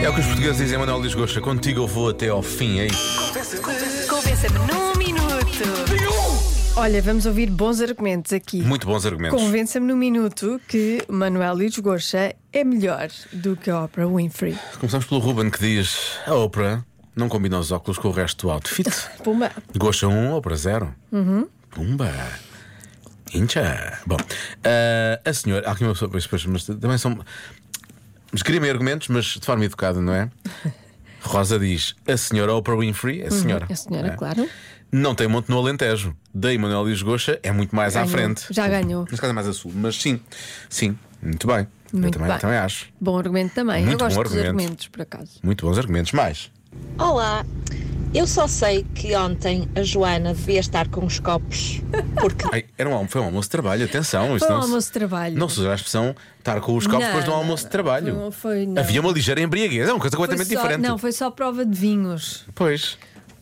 É o que os portugueses dizem, Manuel Luís Goxa. Contigo eu vou até ao fim, é isso? Convença-me num minuto. Olha, vamos ouvir bons argumentos aqui. Muito bons argumentos. Convença-me num minuto que Manuel Luís Goxa é melhor do que a Oprah Winfrey. Começamos pelo Ruben, que diz: a Oprah não combina os óculos com o resto do outfit. Pumba. Goxa 1, Oprah 0. Pumba. Incha. Bom, a senhora. Há aqui uma pessoa, mas também são. Mas queria argumentos, mas de forma educada, não é? Rosa diz: a senhora Oprah Winfrey, a senhora. A senhora, é? claro. Não tem monte no Alentejo. Daí Manuel Luís Goxa é muito mais à frente. Já ganhou. Neste caso é mais a sul, mas sim, muito bem. Muito eu bem. também acho. Bom argumento também. Muito Eu gosto bom dos argumento. argumentos, por acaso. Muito bons argumentos. Mais. Olá, eu só sei que ontem a Joana devia estar com os copos, porque Ai, foi um almoço de trabalho, atenção. Foi um almoço de trabalho. Não se usa a expressão estar com os copos depois de um almoço de trabalho. Não foi, não. Havia uma ligeira embriaguez, é uma coisa completamente Foi só- diferente. Não, foi só prova de vinhos. Pois.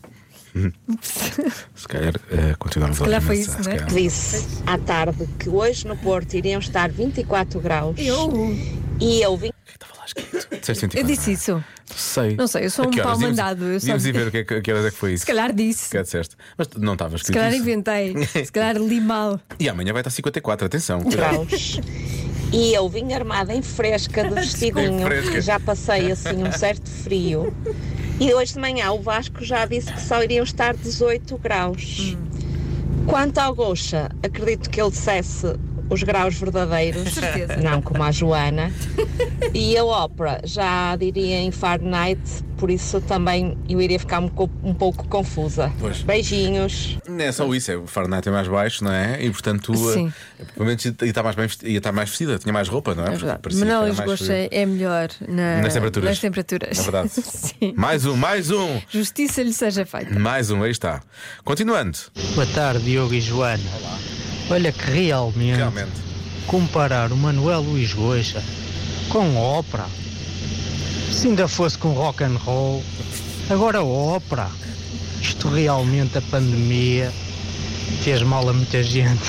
Se calhar continuamos Se calhar a ouvir foi mensagem, isso, se não é? calhar. disse à tarde que hoje no Porto iriam estar 24 graus. E eu vim. O que é que estava lá escrito? Disseste 24, Eu disse não é? isso. Sei. Não sei, eu sou A um que horas? pau Devíamos- mandado, eu Devíamos só- ir ver a que horas é que foi isso. Se calhar disse. Que disseste. Mas não estava Se escrito calhar isso. inventei. Se calhar li mal. E amanhã vai estar 54, atenção. Cuidado. Graus. E eu vim armada em fresca de vestidinho. Fresca. Já passei assim um certo frio. E hoje de manhã o Vasco já disse que só iriam estar 18 graus. Quanto ao Goxa, acredito que ele dissesse os graus verdadeiros, Certeza. não como a Joana. E a Oprah já diria em Fahrenheit, por isso também eu iria ficar um pouco confusa. Pois. Beijinhos. Não é só isso, o Fahrenheit é mais baixo, não é? E portanto, Sim. provavelmente ia estar mais bem ia estar mais vestida, tinha mais roupa, não é? É verdade. Parecia que Manuel era Luís mais Goxa é melhor nas temperaturas. nas temperaturas. É verdade. Sim. Mais um. Justiça lhe seja feita. Mais um, aí está. Continuando. Boa tarde, Diogo e Joana. Olha que realmente comparar o Manuel Luís Goxa com a Oprah, se ainda fosse com rock and roll, agora a Oprah, isto realmente a pandemia fez mal a muita gente.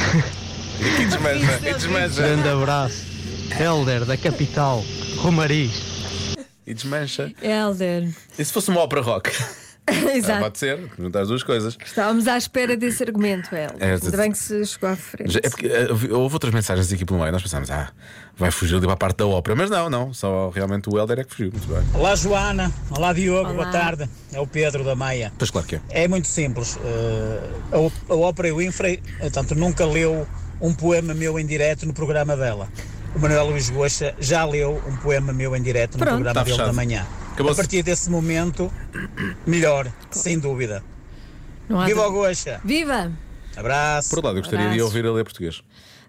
E desmancha. Grande abraço, Helder da capital, Romariz. E desmancha. Helder. E se fosse uma ópera rock? Exato. Pode ser, juntar as duas coisas. Estávamos à espera desse argumento, Helder. É, Ainda bem que se chegou à frente. É porque houve outras mensagens aqui pelo meio. Nós pensámos, vai fugir ali para a parte da ópera. Mas não, só realmente o Helder é que fugiu. Muito bem. Olá Joana, olá Diogo, Olá. boa tarde. É o Pedro da Maia. Pois claro que é. É muito simples. A Oprah Winfrey, tanto nunca leu um poema meu em direto no programa dela. O Manuel Luís Goxa já leu um poema meu em direto no Pronto. programa Está dele fechado. da manhã. Acabou-se. A partir desse momento, melhor, sem dúvida. Não há Viva o dúvida. Goxa! Viva! Abraço! Por outro lado, eu gostaria de Abraços. ouvir a ler português.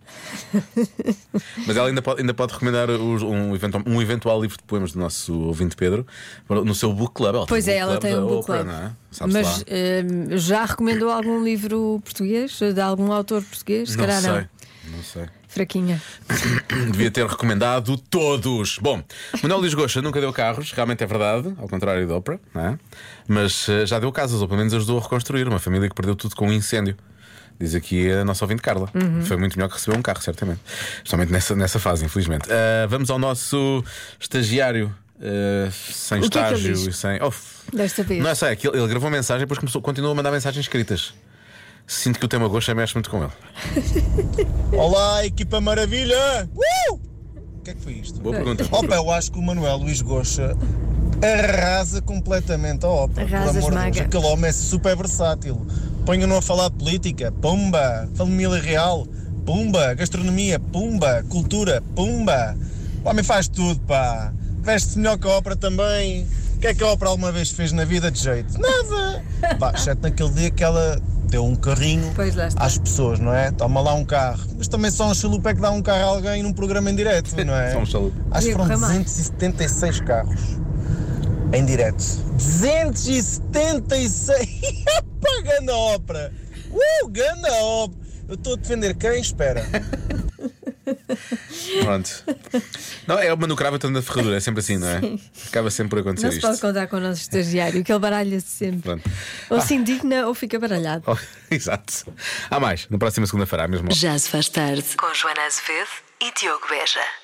Mas ela ainda pode recomendar um eventual livro de poemas do nosso ouvinte Pedro no seu book club. Ela Pois tem é, ela tem um book Oprah, club. não é? Sabe-se Mas lá. já recomendou algum livro português? De algum autor português? Se calhar Não sei. Fraquinha. Devia ter recomendado todos. Bom, Manuel Luís Goxa nunca deu carros, realmente é verdade, ao contrário da Oprah, não é? Mas já deu casas, ou pelo menos ajudou a reconstruir uma família que perdeu tudo com um incêndio. Diz aqui a nossa ouvinte Carla. Foi muito melhor que receber um carro, certamente. Justamente nessa fase, infelizmente. Vamos ao nosso estagiário sem O que é que ele estágio diz? e sem. Desta vez. Não é só, é que ele gravou mensagem e depois continuou a mandar mensagens escritas. Sinto que o tema Goxa mexe muito com ele. Olá, equipa maravilha! O que é que foi isto? Boa pergunta. Opa, eu acho que o Manuel Luís Goxa arrasa completamente a ópera. Arrasa, Por amor de Deus, esmaga. aquele homem é super versátil. Ponham-no a falar de política, pumba! Família real, pumba! Gastronomia, pumba! Cultura, pumba! O homem faz tudo, pá! Veste-se melhor que a ópera também. O que é que a ópera alguma vez fez na vida de jeito? Nada! Pá, exceto naquele dia que ela deu um carrinho Pois lá está. às pessoas, não é? Toma lá um carro. Mas também só um chalupa é que dá um carro a alguém num programa em direto, não é? Só um chalupa. Acho que Diego foram Ramalho. 276 carros em direto. 276! Pá, ganda ópera! Ganda ópera! Eu estou a defender quem? Espera. Pronto. Não, é uma no cravo e outra na ferradura, é sempre assim, não é? Acaba sempre por acontecer Não se pode isto. contar com o nosso estagiário, que ele baralha-se sempre. Pronto. Ou se indigna ou fica baralhado. Exato. Há mais, na próxima segunda-feira, há mesmo. Já se faz tarde. Com Joana Azevedo e Diogo Beja.